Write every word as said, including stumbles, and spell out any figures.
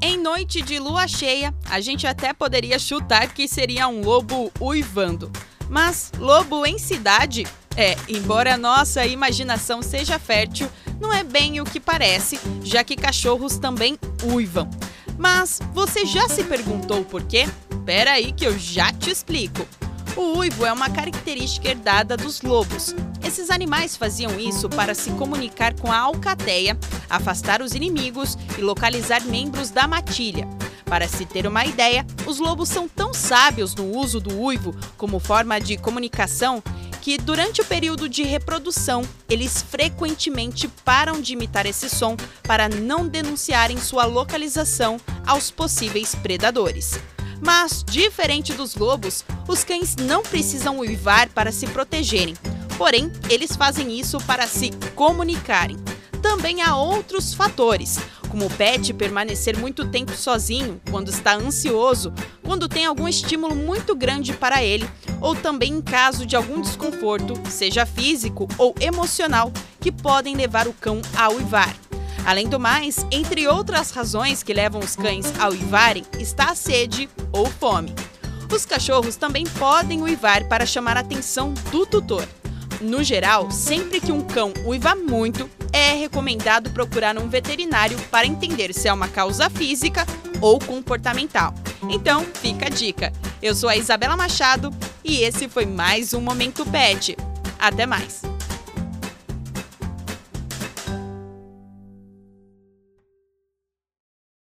Em noite de lua cheia, a gente até poderia chutar que seria um lobo uivando. Mas lobo em cidade? É, embora a nossa imaginação seja fértil, não é bem o que parece, já que cachorros também uivam. Mas você já se perguntou por quê? Pera aí que eu já te explico. O uivo é uma característica herdada dos lobos. Esses animais faziam isso para se comunicar com a alcateia, afastar os inimigos e localizar membros da matilha. Para se ter uma ideia, os lobos são tão sábios no uso do uivo como forma de comunicação que, durante o período de reprodução, eles frequentemente param de imitar esse som para não denunciarem sua localização aos possíveis predadores. Mas, diferente dos lobos, os cães não precisam uivar para se protegerem. Porém, eles fazem isso para se comunicarem. Também há outros fatores, como o pet permanecer muito tempo sozinho, quando está ansioso, quando tem algum estímulo muito grande para ele, ou também em caso de algum desconforto, seja físico ou emocional, que podem levar o cão a uivar. Além do mais, entre outras razões que levam os cães a uivarem, está a sede ou fome. Os cachorros também podem uivar para chamar a atenção do tutor. No geral, sempre que um cão uiva muito, é recomendado procurar um veterinário para entender se é uma causa física ou comportamental. Então, fica a dica. Eu sou a Isabela Machado e esse foi mais um Momento Pet. Até mais!